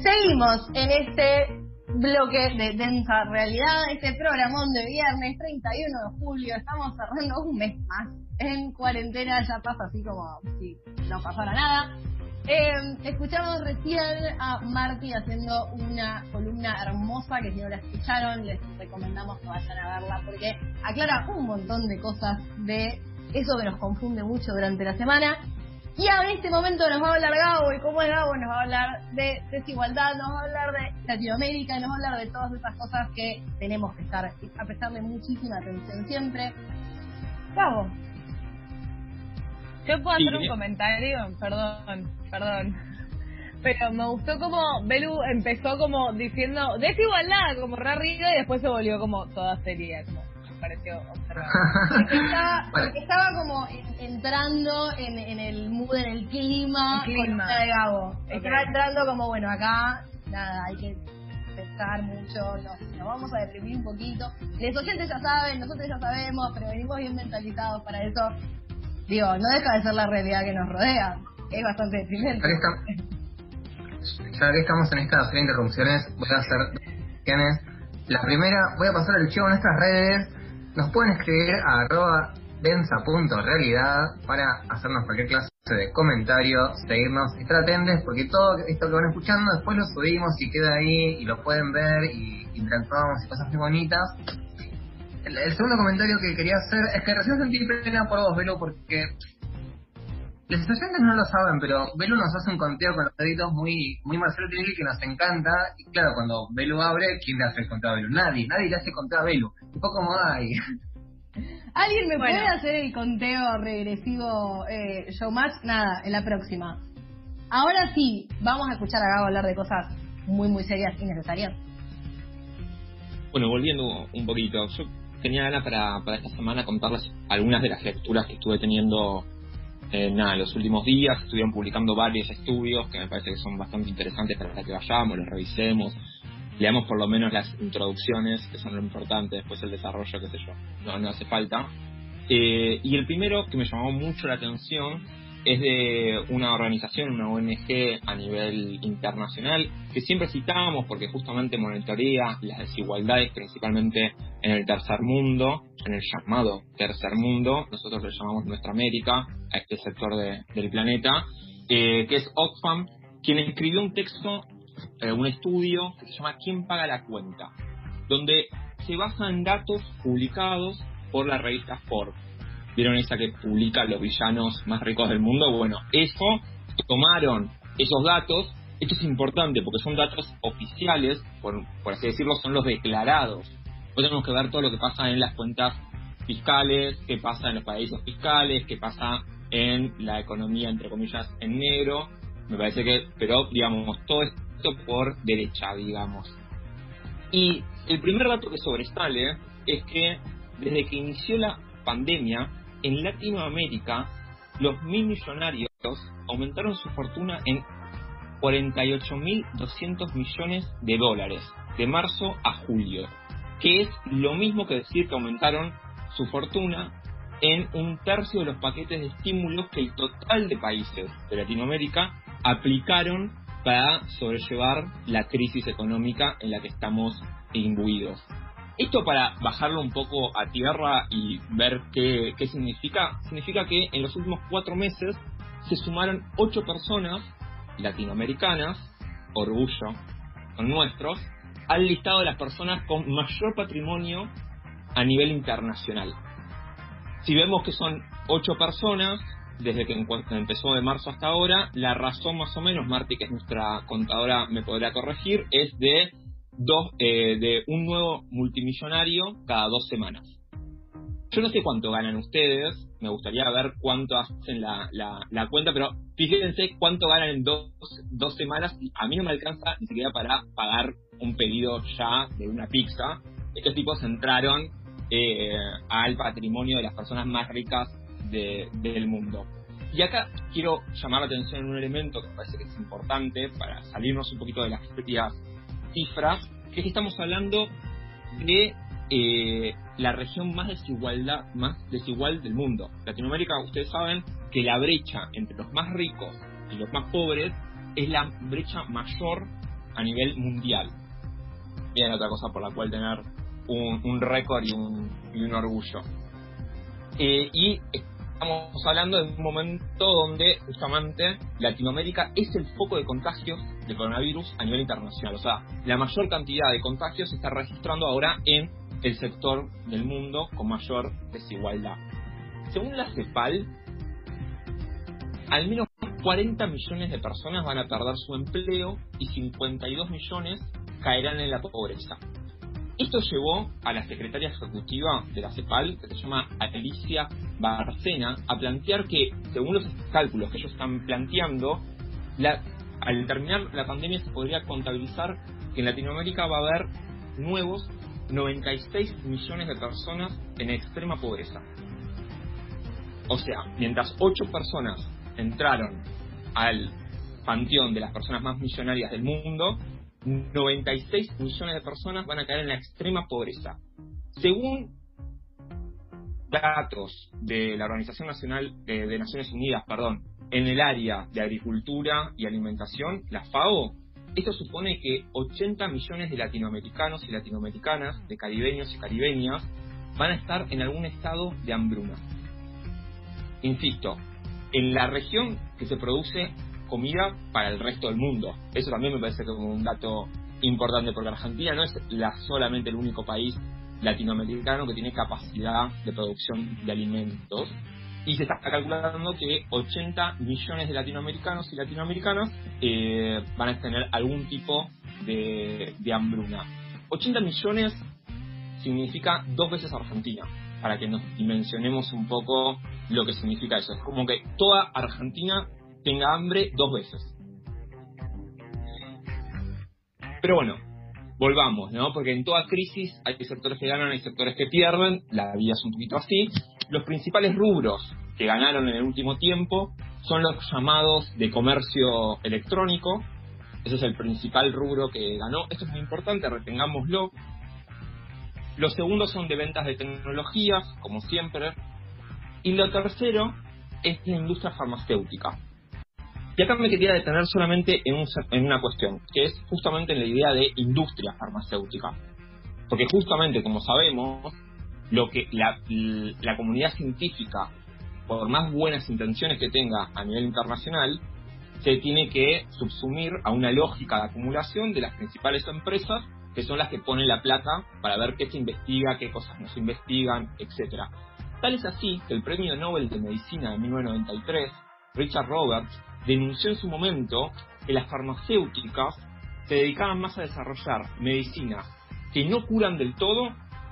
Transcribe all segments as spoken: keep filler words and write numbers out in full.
Seguimos en este bloque de Densa Realidad, este programón de viernes treinta y uno de julio. Estamos cerrando un mes más en cuarentena, ya pasa así como si no pasara nada. Eh, escuchamos recién a Marti haciendo una columna hermosa que si no la escucharon les recomendamos que vayan a verla porque aclara un montón de cosas de eso que nos confunde mucho durante la semana. Y en este momento nos va a hablar Gabo, y como es Gabo nos va a hablar de desigualdad, nos va a hablar de Latinoamérica, nos va a hablar de todas esas cosas que tenemos que estar a prestarle muchísima atención siempre. Gabo. Yo puedo hacer un comentario, perdón, perdón. Pero me gustó como Belu empezó como diciendo desigualdad, como re arriba, y después se volvió como toda seria, como me pareció observar. Estaba, estaba como entrando en, en el mood, en el clima, el clima. Con la de Gabo. Okay. Estaba entrando como, bueno, acá, nada, hay que pensar mucho, nos, nos vamos a deprimir un poquito. Los oyentes ya saben, nosotros ya sabemos, pero venimos bien mentalizados para eso. Digo, no deja de ser la realidad que nos rodea. Es bastante deprimente. Ya que estamos en esta serie de interrupciones, voy a hacer dos interrupciones. La primera, voy a pasar el chivo en nuestras redes. Nos pueden escribir a arroba densa punto realidad para hacernos cualquier clase de comentario, seguirnos, estar atentos, porque todo esto que van escuchando después lo subimos y queda ahí y lo pueden ver y interactuamos y cosas muy bonitas. El, el segundo comentario que quería hacer es que recién sentí pena por vos, Belu, porque los estudiantes no lo saben, pero Belu nos hace un conteo con los deditos muy muy Marcelo Tinelli que nos encanta. Y claro, cuando Belu abre, ¿quién le hace el conteo a Belu? Nadie, nadie le hace el conteo a Belu. Un poco como, ay. ¿Alguien me bueno. puede hacer el conteo regresivo, eh, Showmatch? Nada, en la próxima. Ahora sí, vamos a escuchar a Gabo hablar de cosas muy muy serias y necesarias. Bueno, volviendo un poquito, yo tenía ganas para, para esta semana contarles algunas de las lecturas que estuve teniendo eh, nada, los últimos días. Estuvieron publicando varios estudios que me parece que son bastante interesantes para que vayamos, los revisemos, leamos por lo menos las introducciones, que son lo importante, después el desarrollo, qué sé yo, no, no hace falta. Eh, y el primero que me llamó mucho la atención es de una organización, una O N G a nivel internacional, que siempre citamos porque justamente monitorea las desigualdades principalmente en el tercer mundo, en el llamado tercer mundo, nosotros le llamamos nuestra América, a este sector de, del planeta, eh, que es Oxfam, quien escribió un texto, eh, un estudio que se llama ¿Quién paga la cuenta?, donde se basa en datos publicados por la revista Forbes. ¿Vieron esa que publica los villanos más ricos del mundo? Bueno, eso, tomaron esos datos. Esto es importante porque son datos oficiales, por, por así decirlo, son los declarados. Hoy tenemos que ver todo lo que pasa en las cuentas fiscales, qué pasa en los paraísos fiscales, qué pasa en la economía, entre comillas, en negro. Me parece que, pero, digamos, todo esto por derecha, digamos. Y el primer dato que sobresale es que desde que inició la pandemia, en Latinoamérica, los mil millonarios aumentaron su fortuna en cuarenta y ocho mil doscientos millones de dólares, de marzo a julio, que es lo mismo que decir que aumentaron su fortuna en un tercio de los paquetes de estímulos que el total de países de Latinoamérica aplicaron para sobrellevar la crisis económica en la que estamos imbuidos. Esto, para bajarlo un poco a tierra y ver qué, qué significa, significa que en los últimos cuatro meses se sumaron ocho personas latinoamericanas, orgullo son nuestros, al listado de las personas con mayor patrimonio a nivel internacional. Si vemos que son ocho personas, desde que empezó de marzo hasta ahora, la razón más o menos, Marti, que es nuestra contadora, me podrá corregir, es de Dos, eh, de un nuevo multimillonario cada dos semanas. Yo no sé cuánto ganan ustedes, me gustaría ver cuánto hacen la, la, la cuenta, pero fíjense cuánto ganan en dos, dos semanas. A mí no me alcanza ni siquiera para pagar un pedido ya de una pizza. Estos tipos entraron eh, al patrimonio de las personas más ricas de, del mundo. Y acá quiero llamar la atención en un elemento que me parece que es importante para salirnos un poquito de las frías cifras, que es que estamos hablando de eh, la región más desigualdad, más desigual del mundo. Latinoamérica, ustedes saben que la brecha entre los más ricos y los más pobres es la brecha mayor a nivel mundial. Bien, otra cosa por la cual tener un, un récord y un, y un orgullo. Eh, y estamos hablando de un momento donde justamente Latinoamérica es el foco de contagios de coronavirus a nivel internacional. O sea, la mayor cantidad de contagios se está registrando ahora en el sector del mundo con mayor desigualdad. Según la CEPAL, al menos cuarenta millones de personas van a perder su empleo y cincuenta y dos millones caerán en la pobreza. Esto llevó a la secretaria ejecutiva de la CEPAL, que se llama Alicia Bárcena, a plantear que, según los cálculos que ellos están planteando, la, al terminar la pandemia se podría contabilizar que en Latinoamérica va a haber nuevos noventa y seis millones de personas en extrema pobreza. O sea, mientras ocho personas entraron al panteón de las personas más millonarias del mundo, noventa y seis millones de personas van a caer en la extrema pobreza. Según datos de la Organización Nacional de, de Naciones Unidas, perdón, en el área de agricultura y alimentación, la FAO, esto supone que ochenta millones de latinoamericanos y latinoamericanas, de caribeños y caribeñas, van a estar en algún estado de hambruna. Insisto, en la región que se produce comida para el resto del mundo. Eso también me parece como un dato importante, porque Argentina no es la, solamente el único país latinoamericano que tiene capacidad de producción de alimentos, y se está calculando que ochenta millones de latinoamericanos y latinoamericanas eh, van a tener algún tipo de, de hambruna. ochenta millones significa dos veces Argentina, para que nos dimensionemos un poco lo que significa eso. Es como que toda Argentina tenga hambre dos veces. Pero bueno, volvamos, ¿no? Porque en toda crisis hay sectores que ganan, hay sectores que pierden, la vida es un poquito así. Los principales rubros que ganaron en el último tiempo son los llamados de comercio electrónico. Ese es el principal rubro que ganó. Esto es muy importante, retengámoslo. Los segundos son de ventas de tecnologías, como siempre. Y lo tercero es la industria farmacéutica. Y acá me quería detener solamente en, un, en una cuestión, que es justamente en la idea de industria farmacéutica. Porque justamente, como sabemos, lo que la, la comunidad científica, por más buenas intenciones que tenga a nivel internacional, se tiene que subsumir a una lógica de acumulación de las principales empresas, que son las que ponen la plata para ver qué se investiga, qué cosas no se investigan, etcétera. Tal es así que el Premio Nobel de Medicina de mil novecientos noventa y tres, Richard Roberts, denunció en su momento que las farmacéuticas se dedicaban más a desarrollar medicinas que no curan del todo,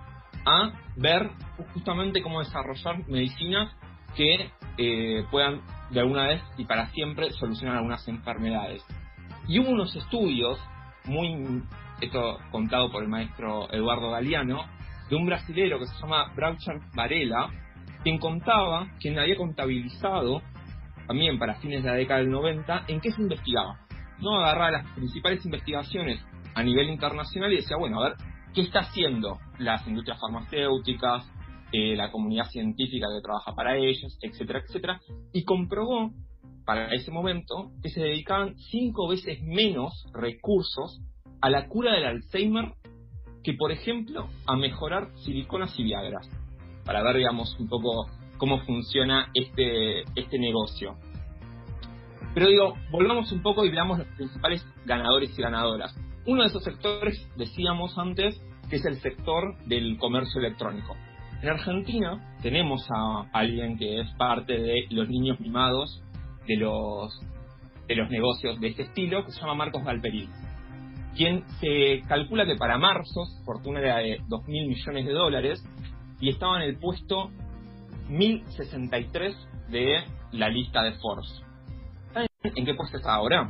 a ver justamente cómo desarrollar medicinas que eh, puedan de alguna vez y para siempre solucionar algunas enfermedades. Y hubo unos estudios, muy esto contado por el maestro Eduardo Galeano, de un brasilero que se llama Brauchar Varela, quien contaba, quien había contabilizado también para fines de la década del noventa, en qué se investigaba. No agarraba las principales investigaciones a nivel internacional y decía, bueno, a ver, ¿qué está haciendo las industrias farmacéuticas, eh, la comunidad científica que trabaja para ellos, etcétera, etcétera? Y comprobó, para ese momento, que se dedicaban cinco veces menos recursos a la cura del Alzheimer que, por ejemplo, a mejorar siliconas y viagras. Para ver, digamos, un poco cómo funciona este, este negocio. Pero digo, volvamos un poco y veamos los principales ganadores y ganadoras. Uno de esos sectores, decíamos antes, que es el sector del comercio electrónico. En Argentina tenemos a alguien que es parte de los niños mimados de los, de los negocios de este estilo, que se llama Marcos Galperín, quien se calcula que para marzo su fortuna era de dos mil millones de dólares y estaba en el puesto mil sesenta y tres de la lista de Forbes. ¿Saben en qué puesto está ahora?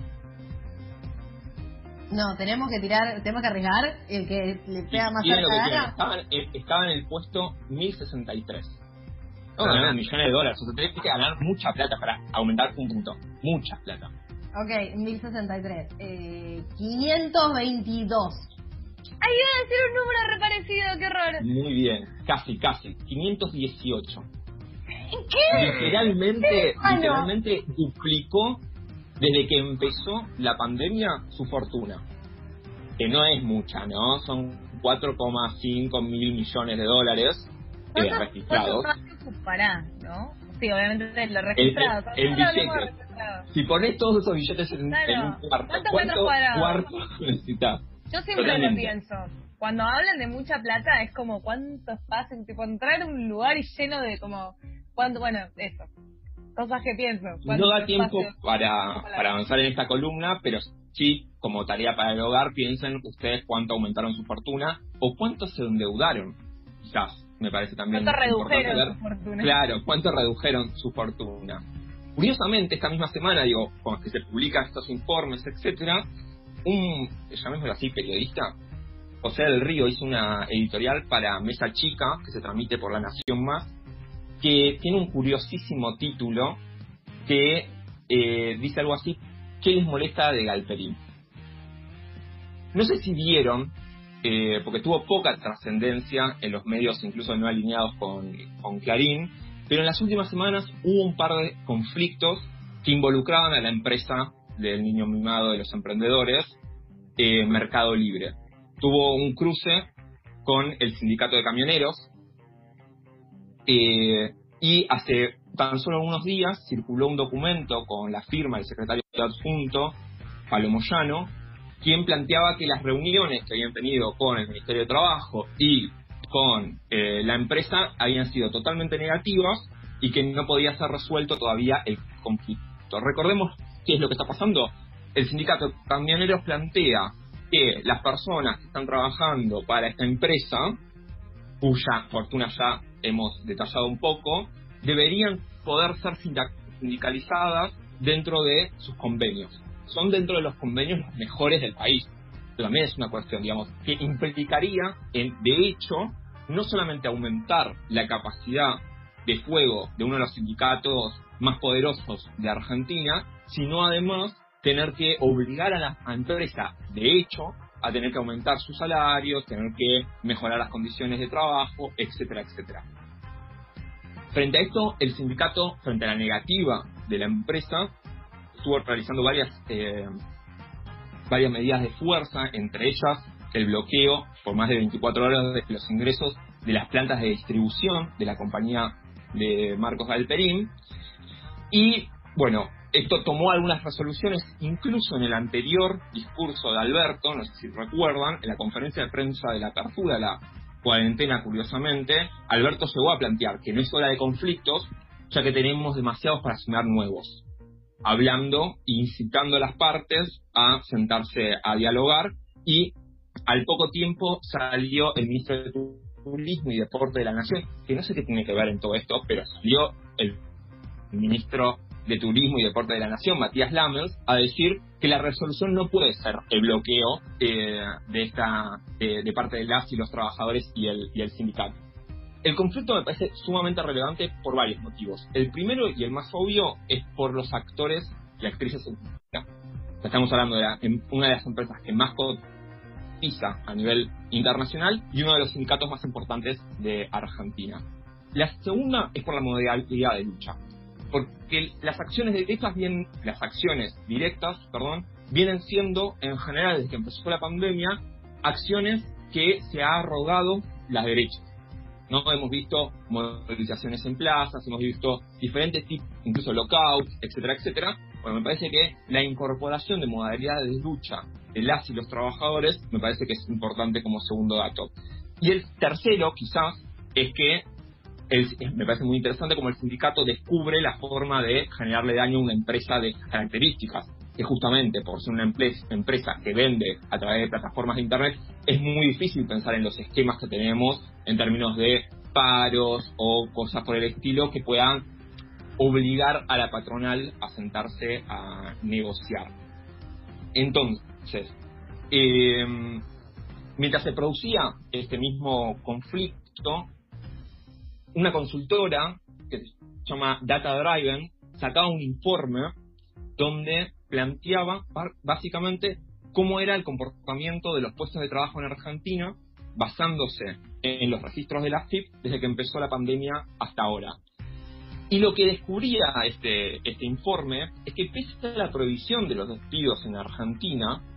No, tenemos que tirar, tenemos que arriesgar el que le pega más cerca gana. Estaba, estaba en el puesto mil sesenta y tres. No, ganar millones de dólares. O sea, tenés que ganar mucha plata para aumentar un punto. Mucha plata. Ok, mil sesenta y tres. Eh, quinientos veintidós. Ay, iba a decir un número reparecido, qué horror. Muy bien, casi, casi. quinientos dieciocho. ¿Qué? Literalmente, ¿Qué? Ah, literalmente duplicó desde que empezó la pandemia su fortuna. que no es mucha, ¿no? Son cuatro coma cinco mil millones de dólares eh, registrados. ¿Cuánto ocupará, no? Sí, obviamente lo registrado. En, en billetes. Si pones todos esos billetes en, claro. en un cuarto, ¿cuántos ¿cuánto cuadrados cuarto necesitas? Yo siempre Totalmente. lo pienso. Cuando hablan de mucha plata, es como cuánto espacio, tipo entrar a un lugar y lleno de como, cuánto, bueno, eso. Cosas que pienso. No da tiempo para, para avanzar en esta columna, pero sí, como tarea para el hogar, piensen ustedes cuánto aumentaron su fortuna o cuánto se endeudaron. Quizás, me parece también ¿Cuánto importante redujeron ver. su fortuna? Claro, cuánto redujeron su fortuna. Curiosamente, esta misma semana, digo, cuando se publican estos informes, etcétera, un, llamémoslo así, periodista, José del Río, hizo una editorial para Mesa Chica, que se transmite por La Nación Más, que tiene un curiosísimo título que eh, dice algo así: ¿qué les molesta de Galperín? No sé si vieron, eh, porque tuvo poca trascendencia en los medios, incluso no alineados con, con Clarín, pero en las últimas semanas hubo un par de conflictos que involucraban a la empresa del niño mimado de los emprendedores, eh, Mercado Libre. Tuvo un cruce con el sindicato de camioneros, eh, y hace tan solo unos días circuló un documento con la firma del secretario adjunto, Pablo Moyano, quien planteaba que las reuniones que habían tenido con el Ministerio de Trabajo y con eh, la empresa habían sido totalmente negativas y que no podía ser resuelto todavía el conflicto. Recordemos qué es lo que está pasando. El sindicato de camioneros plantea que las personas que están trabajando para esta empresa, cuya fortuna ya hemos detallado un poco, deberían poder ser sindicalizadas dentro de sus convenios. Son dentro de los convenios los mejores del país. Pero también es una cuestión, digamos, que implicaría, en, de hecho, no solamente aumentar la capacidad de fuego de uno de los sindicatos más poderosos de Argentina, sino además tener que obligar a la empresa, de hecho, a tener que aumentar sus salarios, tener que mejorar las condiciones de trabajo, etcétera, etcétera. Frente a esto, el sindicato, frente a la negativa de la empresa, estuvo realizando varias, eh, varias medidas de fuerza, entre ellas el bloqueo por más de veinticuatro horas de los ingresos de las plantas de distribución de la compañía de Marcos Galperín. Y, bueno, esto tomó algunas resoluciones, incluso en el anterior discurso de Alberto, no sé si recuerdan, en la conferencia de prensa de la apertura de la cuarentena, curiosamente, Alberto llegó a plantear que no es hora de conflictos, ya que tenemos demasiados para sumar nuevos, hablando e incitando a las partes a sentarse a dialogar, y al poco tiempo salió el ministro de Turismo y Deporte de la Nación, que no sé qué tiene que ver en todo esto, pero salió el ministro de Turismo y Deporte de la Nación, Matías Lamens, a decir que la resolución no puede ser el bloqueo eh, de esta de, de parte de las y los trabajadores y el, y el sindicato. El conflicto me parece sumamente relevante por varios motivos. El primero y el más obvio es por los actores y actrices. Estamos hablando de la, una de las empresas que más cotiza a nivel internacional y uno de los sindicatos más importantes de Argentina. La segunda es por la modalidad de lucha, porque las acciones directas vienen, las acciones directas, perdón, vienen siendo en general desde que empezó la pandemia acciones que se ha arrogado las derechas. No hemos visto movilizaciones en plazas, hemos visto diferentes tipos, incluso lockouts, etcétera, etcétera. Bueno, me parece que la incorporación de modalidades de lucha de las y los trabajadores me parece que es importante como segundo dato. Y el tercero, quizás, es que el, me parece muy interesante como el sindicato descubre la forma de generarle daño a una empresa de características, que justamente por ser una empresa, empresa que vende a través de plataformas de internet, es muy difícil pensar en los esquemas que tenemos en términos de paros o cosas por el estilo que puedan obligar a la patronal a sentarse a negociar. Entonces, eh, mientras se producía este mismo conflicto, una consultora que se llama Data Driven sacaba un informe donde planteaba básicamente cómo era el comportamiento de los puestos de trabajo en Argentina basándose en los registros de la A F I P desde que empezó la pandemia hasta ahora. Y lo que descubría este, este informe es que pese a la prohibición de los despidos en Argentina,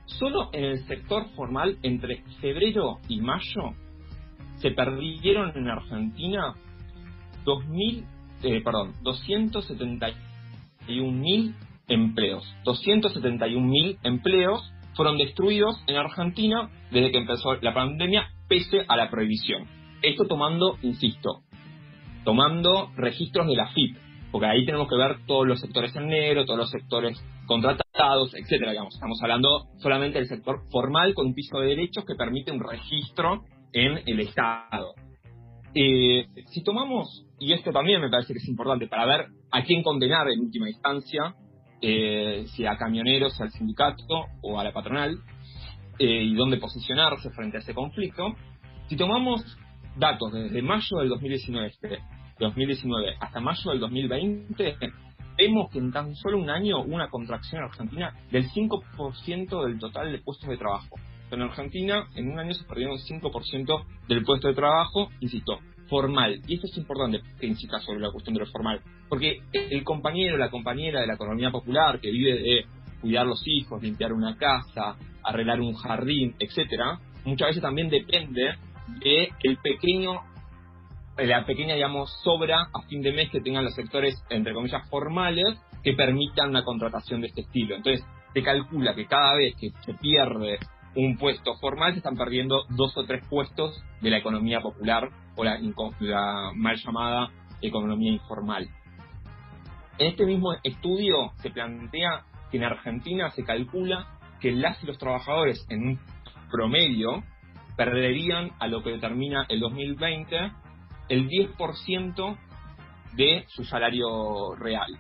Solo en el sector formal, entre febrero y mayo, se perdieron en Argentina dos mil, eh, perdón, doscientos setenta y un mil empleos. doscientos setenta y un mil empleos fueron destruidos en Argentina desde que empezó la pandemia, pese a la prohibición. Esto tomando, insisto, tomando registros de la F I P, porque ahí tenemos que ver todos los sectores en negro, todos los sectores contratados, etcétera. Digamos, estamos hablando solamente del sector formal con un piso de derechos que permite un registro en el Estado. Eh, si tomamos, y esto también me parece que es importante para ver a quién condenar en última instancia, eh, si a camioneros, al sindicato o a la patronal, eh, y dónde posicionarse frente a ese conflicto. Si tomamos datos desde mayo del dos mil diecinueve, dos mil diecinueve hasta mayo del dos mil veinte, vemos que en tan solo un año hubo una contracción en Argentina del cinco por ciento del total de puestos de trabajo. En Argentina, en un año se perdieron cinco por ciento del puesto de trabajo, insisto, formal. Y esto es importante que incita sobre la cuestión de lo formal, porque el compañero, la compañera de la economía popular que vive de cuidar los hijos, limpiar una casa, arreglar un jardín, etcétera, muchas veces también depende de el pequeño, la pequeña, digamos, sobra a fin de mes que tengan los sectores, entre comillas, formales, que permitan una contratación de este estilo. Entonces, se calcula que cada vez que se pierde un puesto formal, se están perdiendo dos o tres puestos de la economía popular o la, la mal llamada economía informal. En este mismo estudio se plantea que en Argentina se calcula que las y los trabajadores en un promedio perderían, a lo que determina el dos mil veinte, el diez por ciento de su salario real.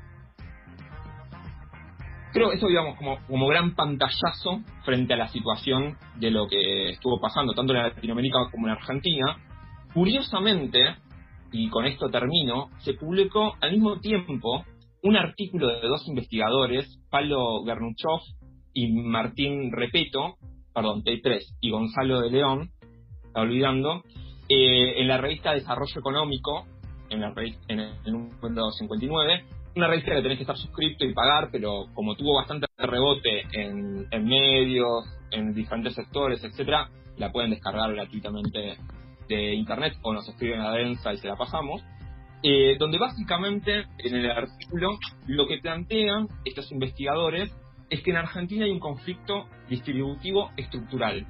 Creo eso, digamos, como, como gran pantallazo frente a la situación de lo que estuvo pasando, tanto en Latinoamérica como en Argentina. Curiosamente, y con esto termino, se publicó al mismo tiempo un artículo de dos investigadores, Pablo Gernuchov y Martín Repeto, perdón, T tres, y Gonzalo de León, está olvidando, eh, en la revista Desarrollo Económico, en la revista, en el número cincuenta y nueve, una revista que tenés que estar suscrito y pagar, pero como tuvo bastante rebote en, en medios, en diferentes sectores, etcétera, la pueden descargar gratuitamente de internet o nos escriben a Densa y se la pasamos, eh, donde básicamente en el artículo lo que plantean estos investigadores es que en Argentina hay un conflicto distributivo estructural.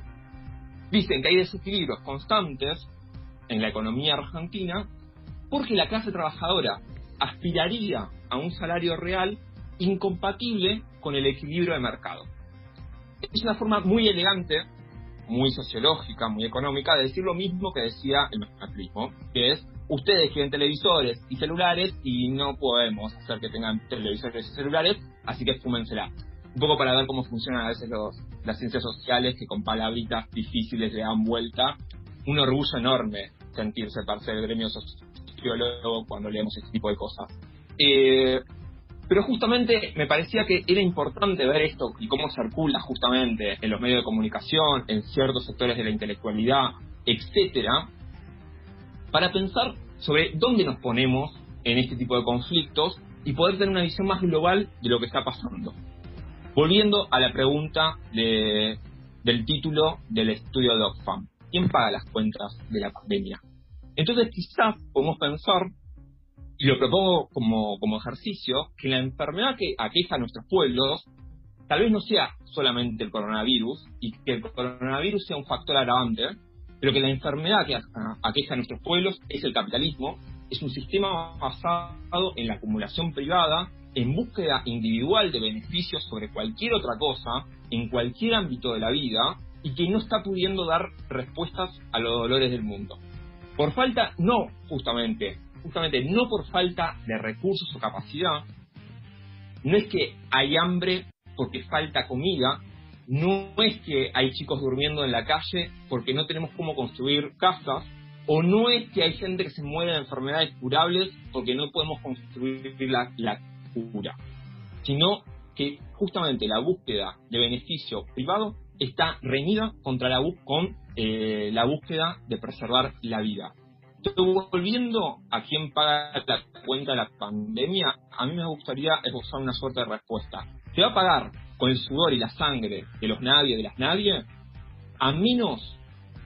Dicen que hay desequilibrios constantes en la economía argentina porque la clase trabajadora aspiraría a un salario real incompatible con el equilibrio de mercado. Es una forma muy elegante, muy sociológica, muy económica, de decir lo mismo que decía el macrismo, que es, ustedes quieren televisores y celulares y no podemos hacer que tengan televisores y celulares, así que fúmensela. Un poco para ver cómo funcionan a veces los, las ciencias sociales, que con palabritas difíciles le dan vuelta. Un orgullo enorme sentirse parte del gremio sociólogo cuando leemos este tipo de cosas. Eh, pero justamente me parecía que era importante ver esto y cómo circula justamente en los medios de comunicación, en ciertos sectores de la intelectualidad, etcétera, para pensar sobre dónde nos ponemos en este tipo de conflictos y poder tener una visión más global de lo que está pasando. Volviendo a la pregunta de, del título del estudio de Oxfam, ¿quién paga las cuentas de la pandemia? Entonces quizás podemos pensar, y lo propongo como, como ejercicio, que la enfermedad que aqueja a nuestros pueblos tal vez no sea solamente el coronavirus, y que el coronavirus sea un factor agravante, pero que la enfermedad que aqueja a nuestros pueblos es el capitalismo, es un sistema basado en la acumulación privada, en búsqueda individual de beneficios sobre cualquier otra cosa, en cualquier ámbito de la vida, y que no está pudiendo dar respuestas a los dolores del mundo. Por falta, no justamente, justamente no por falta de recursos o capacidad, no es que hay hambre porque falta comida, no es que hay chicos durmiendo en la calle porque no tenemos cómo construir casas, o no es que hay gente que se muere de enfermedades curables porque no podemos construir la, la cura, sino que justamente la búsqueda de beneficio privado está reñida contra la, con eh, la búsqueda de preservar la vida. Entonces, volviendo a quién paga la cuenta de la pandemia, a mí me gustaría esbozar una suerte de respuesta. Se va a pagar con el sudor y la sangre de los nadie, de las nadie, a menos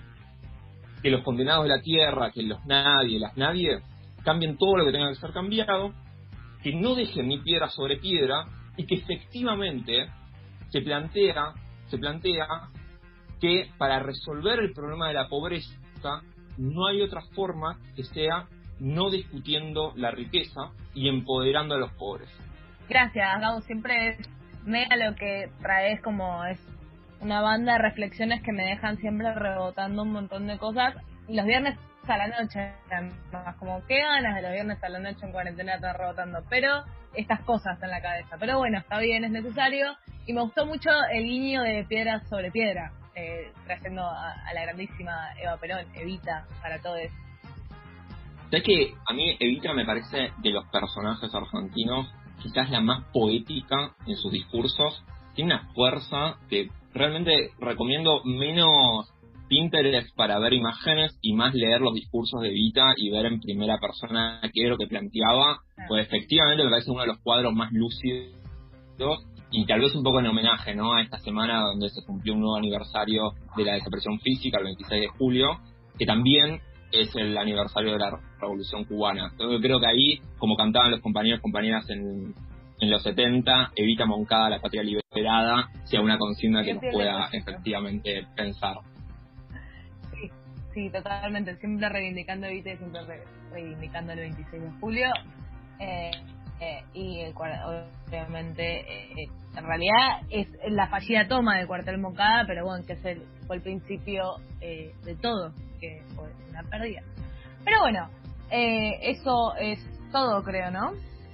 que los condenados de la tierra, que los nadie, las nadie, cambien todo lo que tenga que ser cambiado, que no dejen ni piedra sobre piedra, y que efectivamente se plantea, se plantea que para resolver el problema de la pobreza no hay otra forma que sea no discutiendo la riqueza y empoderando a los pobres. Gracias, Gabo, siempre es mega lo que traes, como es una banda de reflexiones que me dejan siempre rebotando un montón de cosas. Y los viernes a la noche, más como qué ganas de los viernes a la noche en cuarentena estar rebotando, pero estas cosas en la cabeza. Pero bueno, está bien, es necesario. Y me gustó mucho el guiño de piedra sobre piedra, eh, trayendo a, a la grandísima Eva Perón, Evita, para todos. ¿Sabes que a mí Evita me parece de los personajes argentinos quizás la más poética en sus discursos? Tiene una fuerza que realmente recomiendo menos Pinterest para ver imágenes y más leer los discursos de Evita y ver en primera persona qué es lo que planteaba, pues efectivamente me parece uno de los cuadros más lúcidos y tal vez un poco en homenaje, ¿no?, a esta semana donde se cumplió un nuevo aniversario de la desaparición física, el veintiséis de julio, que también es el aniversario de la Revolución Cubana. Entonces creo que ahí, como cantaban los compañeros y compañeras en, en los setenta, Evita Moncada, la patria liberada, sea una consigna que nos pueda efectivamente pensar. Sí, sí, totalmente. Siempre reivindicando Evita y siempre re, reivindicando el veintiséis de julio. Eh, eh, y el, obviamente, eh, en realidad es la fallida toma del cuartel Moncada, pero bueno, que es el, fue el principio eh, de todo, que fue una pérdida. Pero bueno, eh, eso es todo, creo, ¿no?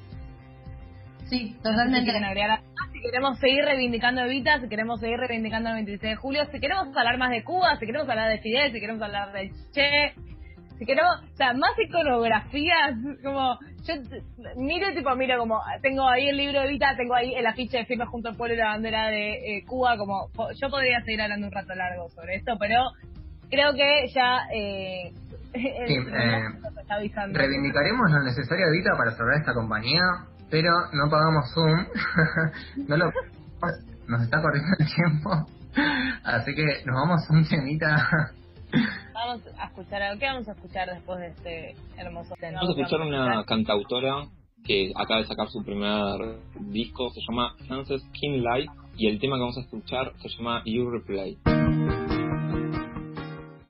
Sí, totalmente. Si agregar algo más, si queremos seguir reivindicando Evita, si queremos seguir reivindicando el veintiséis de julio, si queremos hablar más de Cuba, si queremos hablar de Fidel, si queremos hablar de Che, si queremos, o sea, más iconografías, como yo miro, tipo, miro como, tengo ahí el libro de Evita, tengo ahí el afiche de Firme junto al pueblo y la bandera de eh, Cuba, como, yo podría seguir hablando un rato largo sobre esto, pero creo que ya eh, el, sí, el eh, nos está avisando. Reivindicaremos lo necesario, Evita, para salvar esta compañía, pero no pagamos Zoom, no lo nos está corriendo el tiempo, así que nos vamos a un temita. Vamos a escuchar algo. ¿Qué vamos a escuchar después de este hermoso tema? Vamos a escuchar una cantautora que acaba de sacar su primer disco, se llama Frances Kinley, y el tema que vamos a escuchar se llama You Replay.